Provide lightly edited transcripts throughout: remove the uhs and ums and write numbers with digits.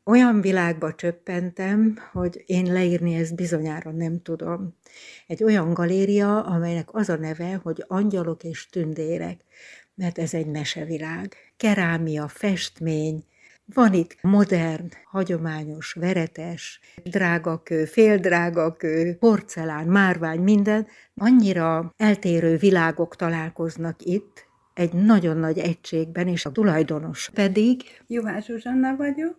olyan világba csöppentem, hogy én leírni ezt bizonyára nem tudom. Egy olyan galéria, amelynek az a neve, hogy Angyalok és tündérek, mert ez egy mesevilág. Kerámia, festmény, van itt modern, hagyományos, veretes, drágakő, féldrágakő, porcelán, márvány, minden. Annyira eltérő világok találkoznak itt, egy nagyon nagy egységben, és a tulajdonos pedig... Juhász Zsuzsanna vagyok.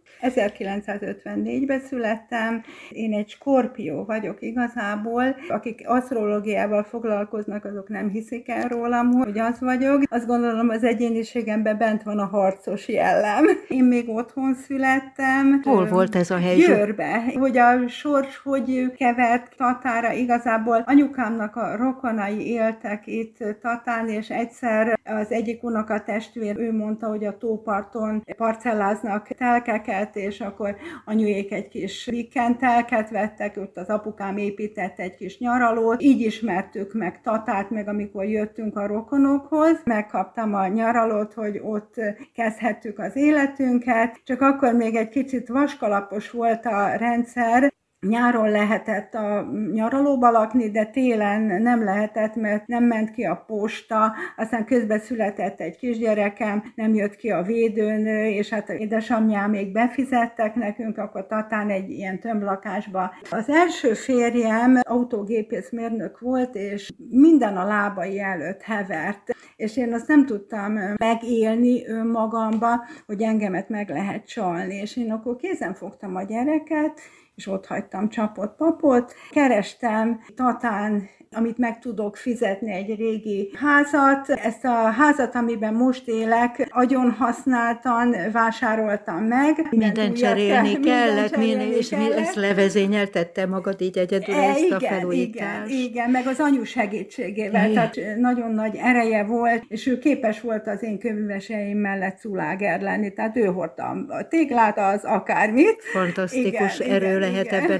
1954-ben születtem. Én egy skorpió vagyok igazából. Akik asztrológiával foglalkoznak, azok nem hiszik el rólam, hogy az vagyok. Azt gondolom, az egyéniségemben bent van a harcos jellem. Én még otthon születtem. Hol volt ez a hely? Győrbe. Hogy a sors hogy kevert Tatára, igazából anyukámnak a rokonai éltek itt Tatán, és egyszer az egyik unokatestvér, ő mondta, hogy a tóparton parcelláznak telkeket, és akkor anyujék egy kis weekend telket vettek, ott az apukám épített egy kis nyaralót. Így ismertük meg Tatát, meg amikor jöttünk a rokonokhoz, megkaptam a nyaralót, hogy ott kezdhettük az életünket, csak akkor még egy kicsit vaskalapos volt a rendszer. Nyáron lehetett a nyaralóba lakni, de télen nem lehetett, mert nem ment ki a posta, aztán közben született egy kisgyerekem, nem jött ki a védőnő, és hát édesanyjám még befizettek nekünk, akkor Tatán egy ilyen tömblakásba. Az első férjem autógépészmérnök volt, és minden a lábai előtt hevert, és én azt nem tudtam megélni önmagamba, hogy engemet meg lehet csalni, és én akkor kézen fogtam a gyereket, és ott hagytam csapott papot. Kerestem Tatán, amit meg tudok fizetni, egy régi házat. Ezt a házat, amiben most élek, agyon használtan vásároltam meg. Minden cserélni kellett, és ezt levezényeltette magad így egyedül ezt a felújítást. Igen, meg az anyu segítségével, tehát nagyon nagy ereje volt, és ő képes volt az én kőműveseim mellett szuláger lenni, tehát ő hordta a téglát, az akármit. Fantasztikus erő lehet ebben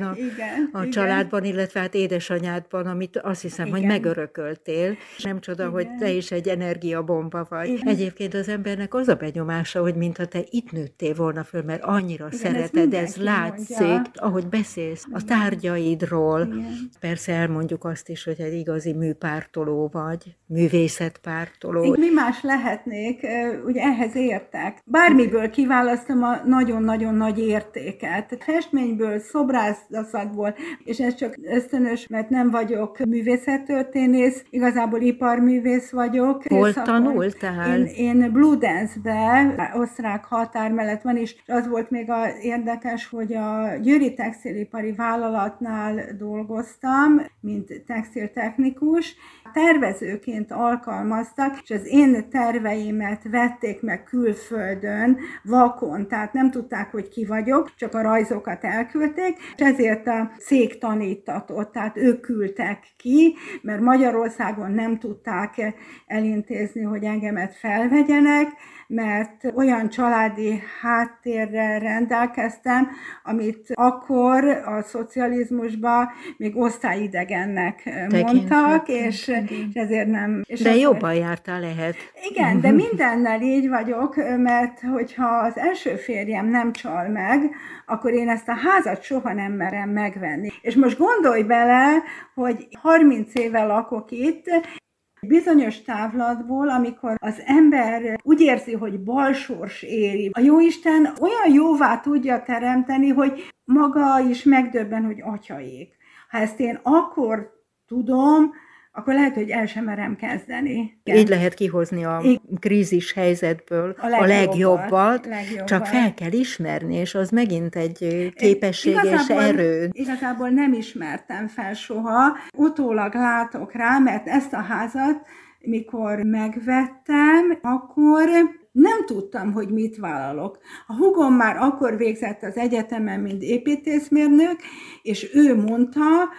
a családban, illetve hát édesanyádban, amit azt hiszem, hogy megörököltél. Nem csoda, hogy te is egy energiabomba vagy. Igen. Egyébként az embernek az a benyomása, hogy mintha te itt nőttél volna föl, mert annyira szereted, ez látszik, mondja. Ahogy beszélsz a tárgyaidról. Igen. Persze elmondjuk azt is, hogy egy igazi műpártoló vagy, művészetpártoló. Mi más lehetnék, ugye ehhez értek. Bármiből kiválasztom a nagyon-nagyon nagy értéket. Festményből, szobrászatból, és ez csak ösztönös, mert nem vagyok művészettörténész, igazából iparművész vagyok. Hol tanultál? Én Blue Dance-be, osztrák határ mellett van, és az volt még érdekes, hogy a győri textilipari vállalatnál dolgoztam, mint textiltechnikus. Tervezőként alkalmaztak, és az én terveimet vették meg külföldön, vakon, tehát nem tudták, hogy ki vagyok, csak a rajzokat elküldték, és ezért a cég tanítatott, tehát ők küldtek ki, mert Magyarországon nem tudták elintézni, hogy engemet felvegyenek, mert olyan családi háttérrel rendelkeztem, amit akkor a szocializmusban még osztályidegennek mondtak, és ezért nem... És de jobban jártál lehet. Igen, de mindennel így vagyok, mert hogyha az első férjem nem csal meg, akkor én ezt a házat soha nem merem megvenni. És most gondolj bele, hogy 30 éve lakok itt, bizonyos távlatból, amikor az ember úgy érzi, hogy balsors éri, a Jóisten olyan jóvá tudja teremteni, hogy maga is megdöbben, hogy atyaék. Ha ezt én akkor tudom, akkor lehet, hogy el sem merem kezdeni. Így lehet kihozni a krízis helyzetből a legjobbat, csak fel kell ismerni, és az megint egy képesség és erő. Igazából nem ismertem fel soha, utólag látok rá, mert ezt a házat, mikor megvettem, akkor nem tudtam, hogy mit vállalok. A húgom már akkor végzett az egyetemen, mint építészmérnök, és ő mondta,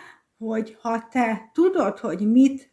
hogy ha te tudod, hogy mit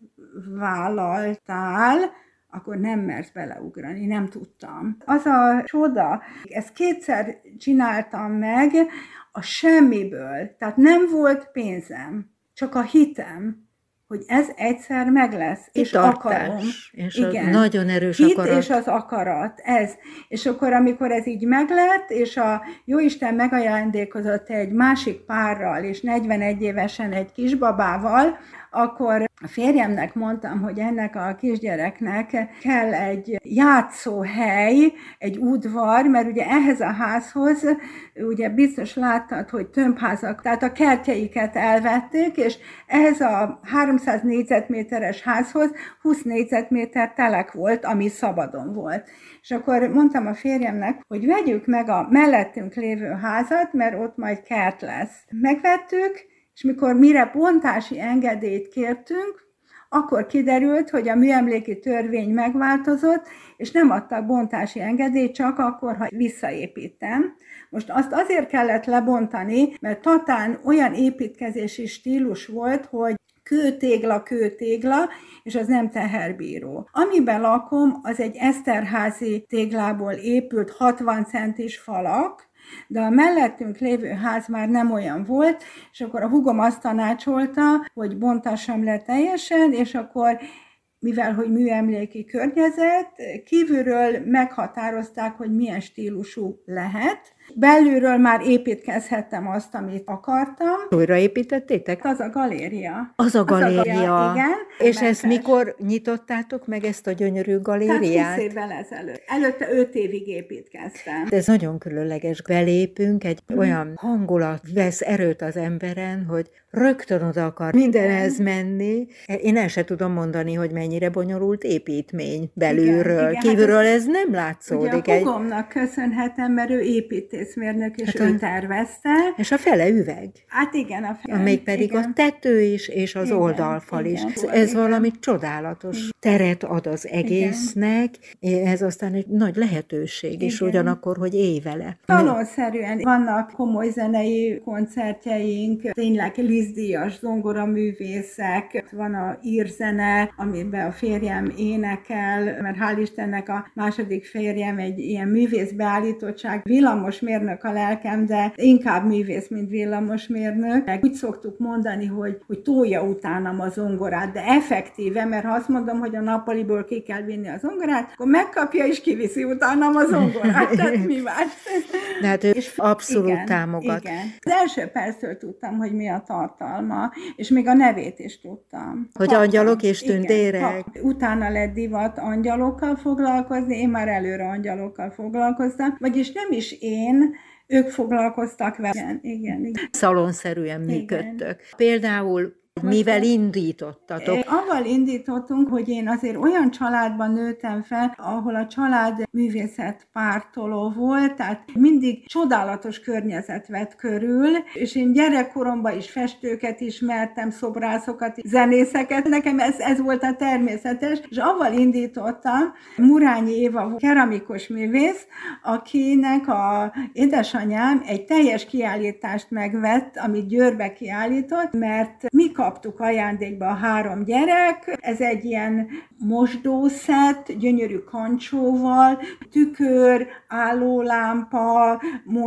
vállaltál, akkor nem mersz beleugrani, nem tudtam. Az a csoda, ezt kétszer csináltam meg a semmiből, tehát nem volt pénzem, csak a hitem, hogy ez egyszer meg lesz, és akarom. És igen. Nagyon erős akarat. És az akarat, ez. És akkor, amikor ez így meglett, és a Jóisten megajándékozott egy másik párral, és 41 évesen egy kisbabával, akkor a férjemnek mondtam, hogy ennek a kisgyereknek kell egy játszóhely, egy udvar, mert ugye ehhez a házhoz, ugye biztos láttad, hogy tömbházak, tehát a kertjeiket elvették, és ehhez a 300 négyzetméteres házhoz 20 négyzetméter telek volt, ami szabadon volt. És akkor mondtam a férjemnek, hogy vegyük meg a mellettünk lévő házat, mert ott majd kert lesz. Megvettük, és mikor mire bontási engedélyt kértünk, akkor kiderült, hogy a műemléki törvény megváltozott, és nem adtak bontási engedélyt, csak akkor, ha visszaépítem. Most azt azért kellett lebontani, mert Tatán olyan építkezési stílus volt, hogy kőtégla, és az nem teherbíró. Amiben lakom, az egy eszterházi téglából épült 60 centis falak, de a mellettünk lévő ház már nem olyan volt, és akkor a húgom azt tanácsolta, hogy bontassam le teljesen, és akkor mivel hogy műemléki környezet, kívülről meghatározták, hogy milyen stílusú lehet. Belülről már építkezhettem azt, amit akartam. Újraépítettétek? Az a galéria. Az a galéria. Igen. És ezt mikor nyitottátok meg, ezt a gyönyörű galériát? Tehát 20 évvel ezelőtt. Előtte 5 évig építkeztem. Ez nagyon különleges. Belépünk, egy olyan hangulat vesz erőt az emberen, hogy rögtön oda akar mindenhez menni. Én el se tudom mondani, hogy mennyire bonyolult építmény belülről. Igen, kívülről ez nem látszódik. Ugye a hugomnak köszönhetem, mert ő építészmérnök, és ő tervezte. És a fele üveg. Hát igen, a fele. Még pedig a tető is, és az oldalfal is. Ez valami csodálatos teret ad az egésznek. Ez aztán egy nagy lehetőség, és ugyanakkor, hogy élj vele. Talonszerűen vannak komoly zenei koncertjeink, tényleg Liszt-díjas zongoraművészek, van a írzene, amiben a férjem énekel, mert hál' Istennek a második férjem egy ilyen művészbeállítottság, villamosmérnök a lelkem, de inkább művész, mint villamosmérnök. Úgy szoktuk mondani, hogy tolja utánam a zongorát, de effektíve, mert ha azt mondom, hogy a nappaliból ki kell vinni a zongorát, akkor megkapja és kiviszi utánam a zongorát, tehát mi más. De hát ő és abszolút támogat. Igen. Az első perctől tudtam, hogy mi a tartalma, és még a nevét is tudtam. Hogy angyalok és tündérek. Utána lett divat angyalokkal foglalkozni, én már előre angyalokkal foglalkoztam, vagyis nem is én, ők foglalkoztak vele. Igen. Szalonszerűen működtök. Például mivel indítottatok? Avval indítottunk, hogy én azért olyan családban nőttem fel, ahol a család művészet pártoló volt, tehát mindig csodálatos környezet vett körül, és én gyerekkoromban is festőket ismertem, szobrászokat, zenészeket, nekem ez volt a természetes, és avval indítottam, Murányi Éva keramikus művész, akinek a édesanyám egy teljes kiállítást megvett, amit Győrbe kiállított, mert mi kaptuk ajándékba a 3 gyerek, ez egy ilyen mosdószett, gyönyörű kancsóval, tükör, állólámpa,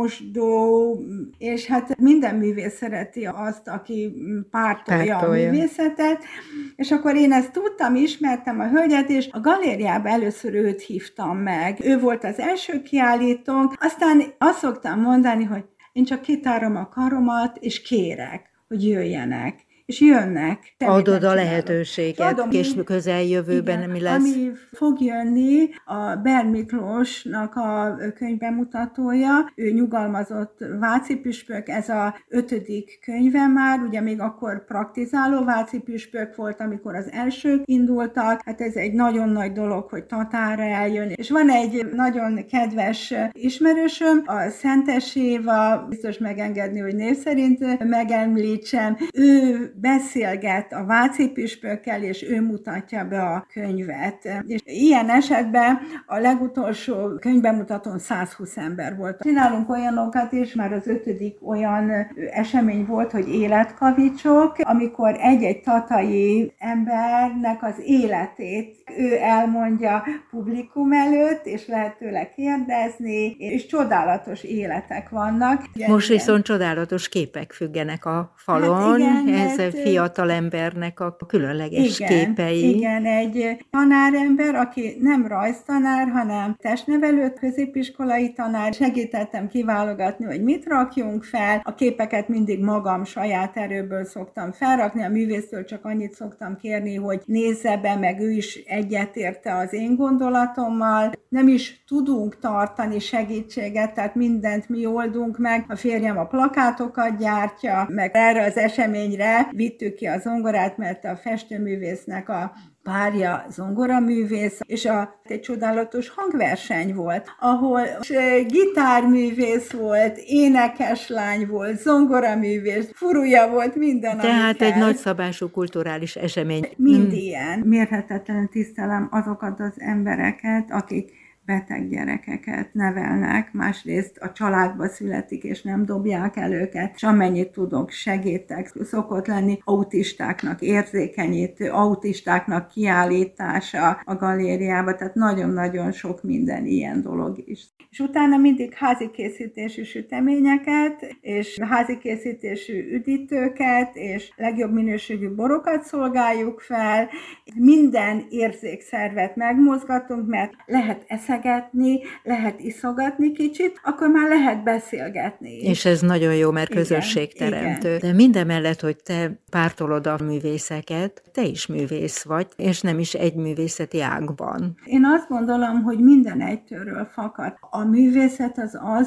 mosdó, és hát minden művész szereti azt, aki pártolja a művészetet, és akkor én ezt tudtam, ismertem a hölgyet, és a galériába először őt hívtam meg. Ő volt az első kiállítónk, aztán azt szoktam mondani, hogy én csak kitárom a karomat, és kérek, hogy jöjjenek. És jönnek. Adod a lehetőséget, és közeljövőben mi lesz? Ami fog jönni, a Bern Miklósnak a könyvbemutatója, ő nyugalmazott váci püspök, ez a 5. könyve már, ugye még akkor praktizáló váci püspök volt, amikor az elsők indultak, hát ez egy nagyon nagy dolog, hogy Tatárra eljön. És van egy nagyon kedves ismerősöm, a Szentes Éva, biztos megengedni, hogy név szerint megemlítsem, ő beszélget a váci püspökkel, és ő mutatja be a könyvet. És ilyen esetben a legutolsó könyvbemutatón 120 ember volt. Csinálunk olyanokat is, már az 5. olyan esemény volt, hogy életkavicsok, amikor egy-egy tatai embernek az életét ő elmondja publikum előtt, és lehet tőle kérdezni, és csodálatos életek vannak. Most viszont csodálatos képek függenek a falon, hát igen, ez fiatal embernek a különleges képei. Igen, egy tanárember, aki nem rajztanár, hanem testnevelő, középiskolai tanár. Segítettem kiválogatni, hogy mit rakjunk fel. A képeket mindig magam saját erőből szoktam felrakni, a művésztől csak annyit szoktam kérni, hogy nézze be, meg ő is egyetérte az én gondolatommal. Nem is tudunk tartani segítséget, tehát mindent mi oldunk meg. A férjem a plakátokat gyártja, meg erre az eseményre vittük ki a zongorát, mert a festőművésznek a párja zongoraművész, és egy csodálatos hangverseny volt, ahol gitárművész volt, énekeslány volt, zongoraművész, furúja volt, minden, tehát egy nagyszabású kulturális esemény. Mind ilyen. Mérhetetlenül tisztelem azokat az embereket, akik beteg gyerekeket nevelnek, másrészt a családba születik, és nem dobják el őket, és amennyit tudok, segítek. Szokott lenni autistáknak érzékenyítő, autistáknak kiállítása a galériába, tehát nagyon-nagyon sok minden ilyen dolog is. És utána mindig házi készítésű süteményeket, és házi készítésű üdítőket, és legjobb minőségű borokat szolgáljuk fel. Minden érzékszervet megmozgatunk, mert lehet eszegetni, lehet iszogatni kicsit, akkor már lehet beszélgetni. És ez nagyon jó, mert közösségteremtő. Igen. De mindemellett, hogy te pártolod a művészeket, te is művész vagy, és nem is egy művészeti ágban. Én azt gondolom, hogy minden egytőről fakad. A művészet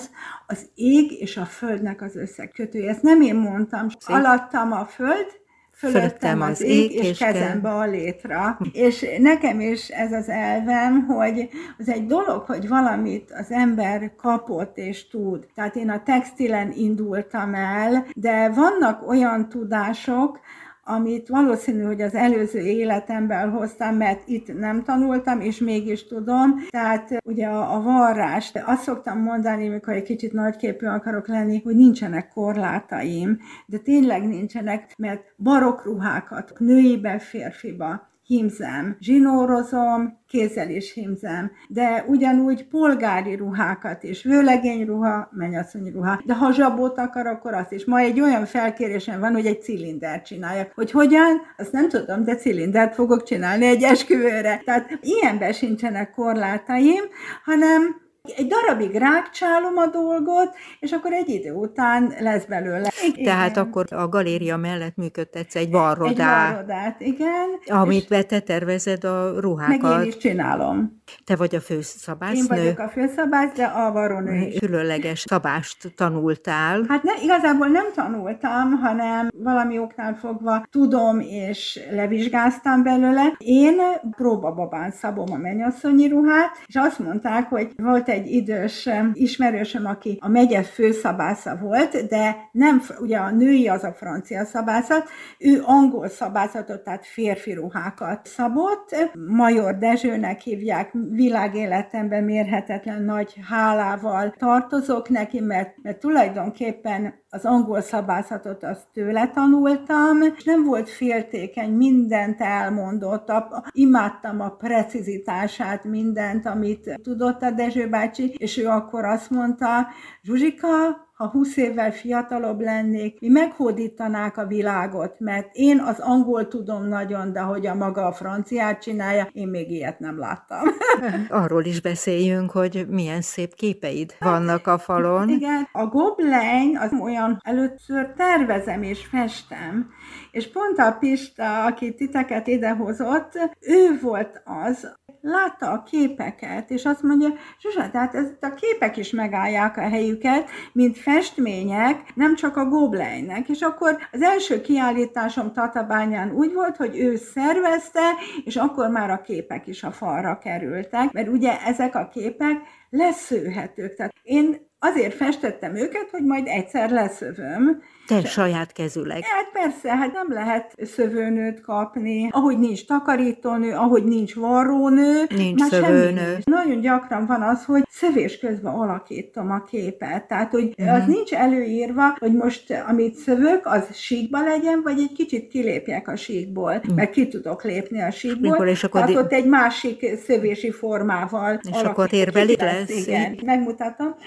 az ég és a földnek az összekötője. Ezt nem én mondtam, alattam a föld, fölöttem az ég, és kezembe a létra. És nekem is ez az elvem, hogy az egy dolog, hogy valamit az ember kapott és tud. Tehát én a textilen indultam el, de vannak olyan tudások, amit valószínű, hogy az előző életemben hoztam, mert itt nem tanultam, és mégis tudom. Tehát ugye a varrást, azt szoktam mondani, amikor egy kicsit nagyképű akarok lenni, hogy nincsenek korlátaim, de tényleg nincsenek, mert barokk ruhákat nőibe, férfiba hímzem, zsinórozom, kézzel is hímzem, de ugyanúgy polgári ruhákat is, vőlegényruha, mennyasszonyi ruha, de ha zsabót akar, akkor azt is. Ma egy olyan felkérésem van, hogy egy cilindert csináljak. Hogy hogyan, azt nem tudom, de cilindert fogok csinálni egy esküvőre. Tehát ilyenben sincsenek korlátaim, hanem egy darabig rákcsálom a dolgot, és akkor egy idő után lesz belőle. Tehát akkor a galéria mellett működtetsz egy varrodát. Egy varrodát, igen. Amit te tervezed a ruhákat. Meg én is csinálom. Te vagy a főszabásznő. Én vagyok a főszabász, de a varrónő is. Különleges szabást tanultál. Hát igazából nem tanultam, hanem valami oknál fogva tudom, és levizsgáztam belőle. Én próbababán szabom a mennyasszonyi ruhát, és azt mondták, hogy volt egy idős ismerősöm, aki a megye főszabásza volt, de nem, ugye a női az a francia szabászat, ő angol szabászatot, tehát férfi ruhákat szabott. Major Dezsőnek hívják, világéletemben mérhetetlen nagy hálával tartozok neki, mert tulajdonképpen az angol szabászatot azt tőle tanultam, és nem volt féltékeny, mindent elmondott, imádtam a precizitását, mindent, amit tudott a Dezső bácsi, és ő akkor azt mondta, Zsuzsika, ha 20 évvel fiatalabb lennék, mi meghódítanák a világot, mert én az angol tudom nagyon, de hogy a maga a franciát csinálja, én még ilyet nem láttam. Arról is beszéljünk, hogy milyen szép képeid vannak a falon. Igen, a Gobelin az olyan, először tervezem és festem, és pont a Pista, aki titeket idehozott, ő volt az, látta a képeket, és azt mondja, Zsuzsa, tehát a képek is megállják a helyüket, mint festmények, nem csak a Gobelinnek. És akkor az első kiállításom Tatabányán úgy volt, hogy ő szervezte, és akkor már a képek is a falra kerültek, mert ugye ezek a képek leszőhetők. Tehát én azért festettem őket, hogy majd egyszer leszövöm. Te saját kezüleg. Hát persze, hát nem lehet szövőnőt kapni, ahogy nincs takarítónő, ahogy nincs varrónő. Nincs szövőnő. Nagyon gyakran van az, hogy szövés közben alakítom a képet. Tehát, hogy az nincs előírva, hogy most amit szövök, az síkba legyen, vagy egy kicsit kilépjek a síkból, mert ki tudok lépni a síkból. És akkor tehát ott egy másik szövési formával és akkor térbelik lesz. Igen, megmutatom. A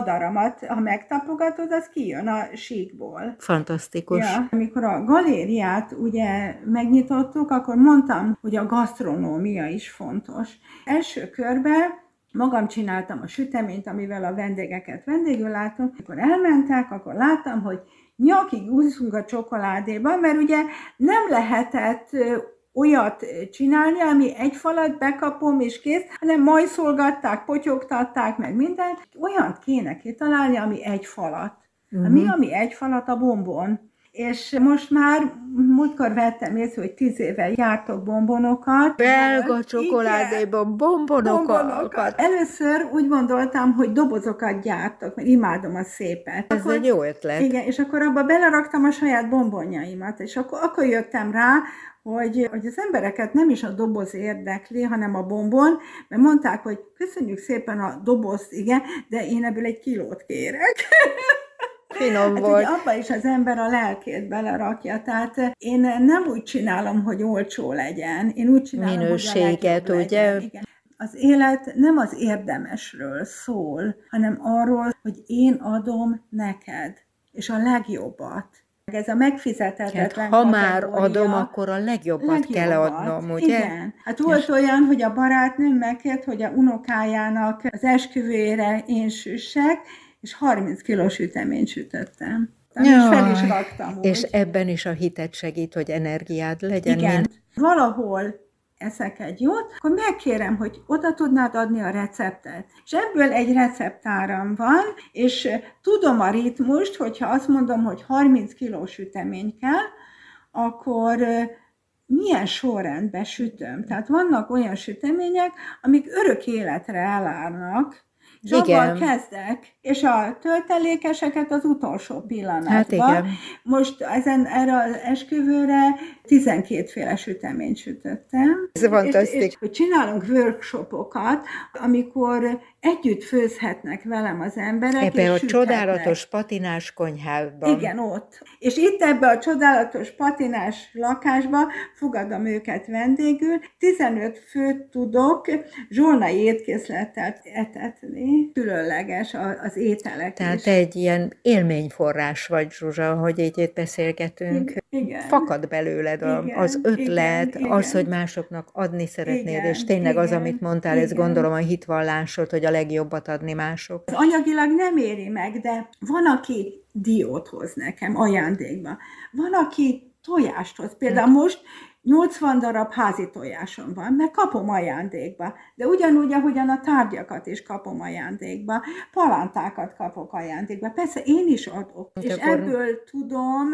madaramat, ha megtapogatod, az kijön a síkból. Fantasztikus. Ja, amikor a galériát ugye megnyitottuk, akkor mondtam, hogy a gasztronómia is fontos. Első körben magam csináltam a süteményt, amivel a vendégeket vendégül látom. Akkor elmentek, akkor láttam, hogy nyakig úszunk a csokoládéba, mert ugye nem lehetett olyat csinálni, ami egy falat bekapom és kész, hanem majszolgatták, potyogtatták, meg mindent. Olyant kéne kitalálni, ami egy falat. Ami egy falat? A bombon. És most már múltkor vettem észre, hogy 10 éve gyártok bombonokat. Belga csokoládéban bombonokat. Először úgy gondoltam, hogy dobozokat gyártok, mert imádom a szépet. Ez egy jó ötlet. Igen, és akkor abba beleraktam a saját bombonjaimat, és akkor jöttem rá, hogy az embereket nem is a doboz érdekli, hanem a bombon, mert mondták, hogy köszönjük szépen a dobozt, igen, de én ebből 1 kilót kérek. Finom hát volt. Abba is az ember a lelkét belerakja, tehát én nem úgy csinálom, hogy olcsó legyen, én úgy csinálom, minőséget, hogy a ugye? legyen. Igen. Az élet nem az érdemesről szól, hanem arról, hogy én adom neked, és a legjobbat. Ez a megfizethetetlen ha már kategória, adom, akkor a legjobbat kell adnom, ugye? Igen. Hát volt olyan, hogy a barátnőm megkért, hogy a unokájának az esküvőjére én süssek, és 30 kilós süteményt sütöttem. És fel is raktam úgy. És ebben is a hitet segít, hogy energiád legyen. Igen. Valahol eszek egy jót, akkor megkérem, hogy oda tudnád adni a receptet. És ebből egy receptáram van, és tudom a ritmust, hogyha azt mondom, hogy 30 kilós sütemény kell, akkor milyen sorrendben sütöm. Tehát vannak olyan sütemények, amik örök életre elállnak, és abban kezdek, és a töltelékeseket az utolsó pillanatban. Hát igen. Most erre az esküvőre 12 féle süteményt sütöttem. Ez fantasztikus. És hogy csinálunk workshopokat, amikor együtt főzhetnek velem az emberek, ebbe és a süthetnek. Csodálatos patinás konyhában. Igen, ott. És itt ebbe a csodálatos patinás lakásba fogadom őket vendégül. 15 főt tudok zsolnai étkészlettel etetni. Különleges az ételek Tehát is. egy ilyen élményforrás vagy, Zsuzsa, hogy így itt beszélgetünk. Igen. Fakad belőled az ötlet, igen. az, hogy másoknak adni szeretnéd, Igen, és tényleg az, igen, amit mondtál, ez gondolom a hitvallásod, hogy a legjobbat adni mások. Anyagilag nem éri meg, de van, aki diót hoz nekem ajándékba. Van, aki tojást hoz. Például most 80 darab házi tojásom van, mert kapom ajándékba. De ugyanúgy, ahogyan a tárgyakat is kapom ajándékba, palántákat kapok ajándékba. Persze én is adok, és ebből tudom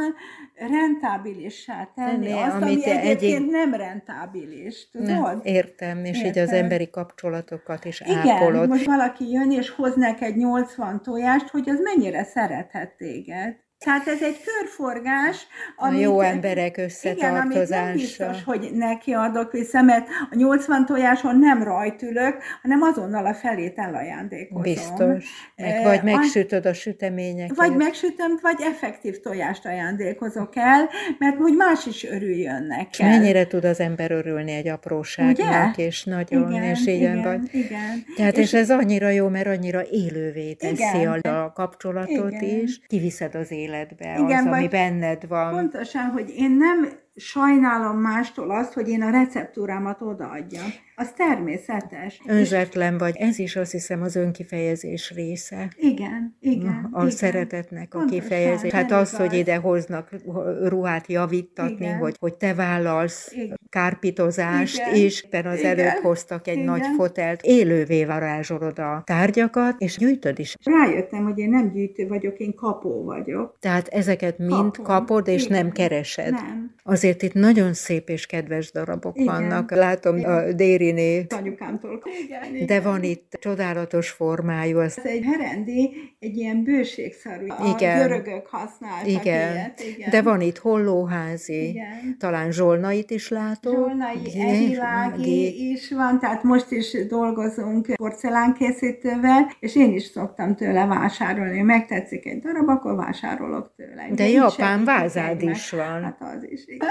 rentábilissá tenni azt, ami egyébként nem rentábilis. Tudod? Értem, és így az emberi kapcsolatokat is igen, ápolod. most valaki jön és hoz neked 80 tojást, hogy az mennyire szerethet téged. Tehát ez egy körforgás, a jó emberek összetartozása. Igen, amit nem biztos, hogy neki adok vissza, mert a 80 tojáson nem rajt ülök, hanem azonnal a felét elajándékozom. Biztos. Vagy megsütöd a süteményeket. Vagy megsütöm, vagy effektív tojást ajándékozok el, mert hogy más is örüljön nekem. Mennyire tud az ember örülni egy apróságnak, ugye? És nagyon, igen, és igen vagy. Igen. Tehát és ez annyira jó, mert annyira élővé teszi a kapcsolatot is, kiviszed az életbe, igen, az, ami benned van. Pontosan, hogy én nem sajnálom mástól azt, hogy én a receptúrámat odaadjam. Az természetes. Önzetlen vagy. Ez is azt hiszem az önkifejezés része. Igen. A szeretetnek a kifejezés. Hát az, hogy ide hoznak ruhát javítatni, hogy te vállalsz kárpitozást is. Az előbb hoztak egy nagy fotelt. Élővé varázsolod a tárgyakat, és gyűjtöd is. Rájöttem, hogy én nem gyűjtő vagyok, én kapó vagyok. Tehát ezeket mind kapod, és nem keresed. Nem. Azért itt nagyon szép és kedves darabok vannak. Látom a Dériné. Anyukámtól. De van itt csodálatos formájú. Ez egy herendi, egy ilyen bőségszerű. A görögök használtak ilyet. Igen. De van itt hollóházi. Talán zsolnait is látok. Zsolnai, evilági is van, tehát most is dolgozunk porcelánkészítővel, és én is szoktam tőle vásárolni. Megtetszik egy darab, akkor vásárolok tőle. De japán vázád is van. Hát az is.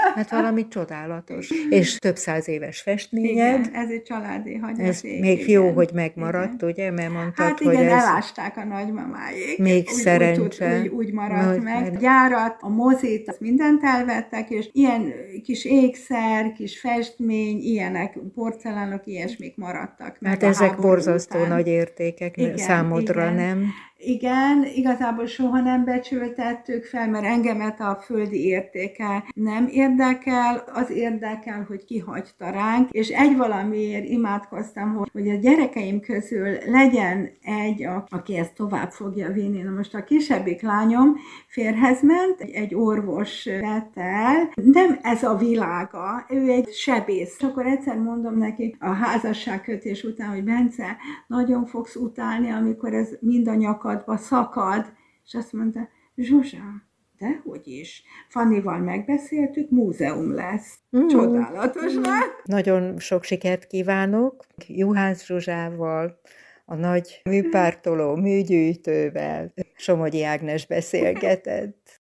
Hát valami csodálatos. És több 100 éves festményed. Igen, ez egy családi Ez hagyaték, még jó, igen. hogy megmaradt, Igen. ugye? Mert mondtad, Hát hogy igen, ez elásták a nagymamáék, még szerencse, úgy maradt meg. A hogy gyárat, a mozit, azt mindent elvettek, és ilyen kis ékszer, kis festmény, ilyenek, porcelánok, ilyesmik maradtak meg hát a ezek háború borzasztó után. nagy értékek Igen, számodra, igen. nem? Igen, igazából soha nem becsültettük fel, mert engemet a földi értéke nem érdekel, az érdekel, hogy ki hagyta ránk, és egy valamiért imádkoztam, hogy a gyerekeim közül legyen egy, aki ezt tovább fogja vinni. Na most a kisebbik lányom férhez ment, egy orvos vett el, nem ez a világa, ő egy sebész. És akkor egyszer mondom neki a házasságkötés után, hogy Bence, nagyon fogsz utálni, amikor ez mind a nyakadba szakad. És azt mondta, Zsuzsa, dehogy is. Fannival megbeszéltük, múzeum lesz. Csodálatos lett. Nagyon sok sikert kívánok Juhász Zsuzsával, a nagy műpártoló, műgyűjtővel. Somogyi Ágnes beszélgetett.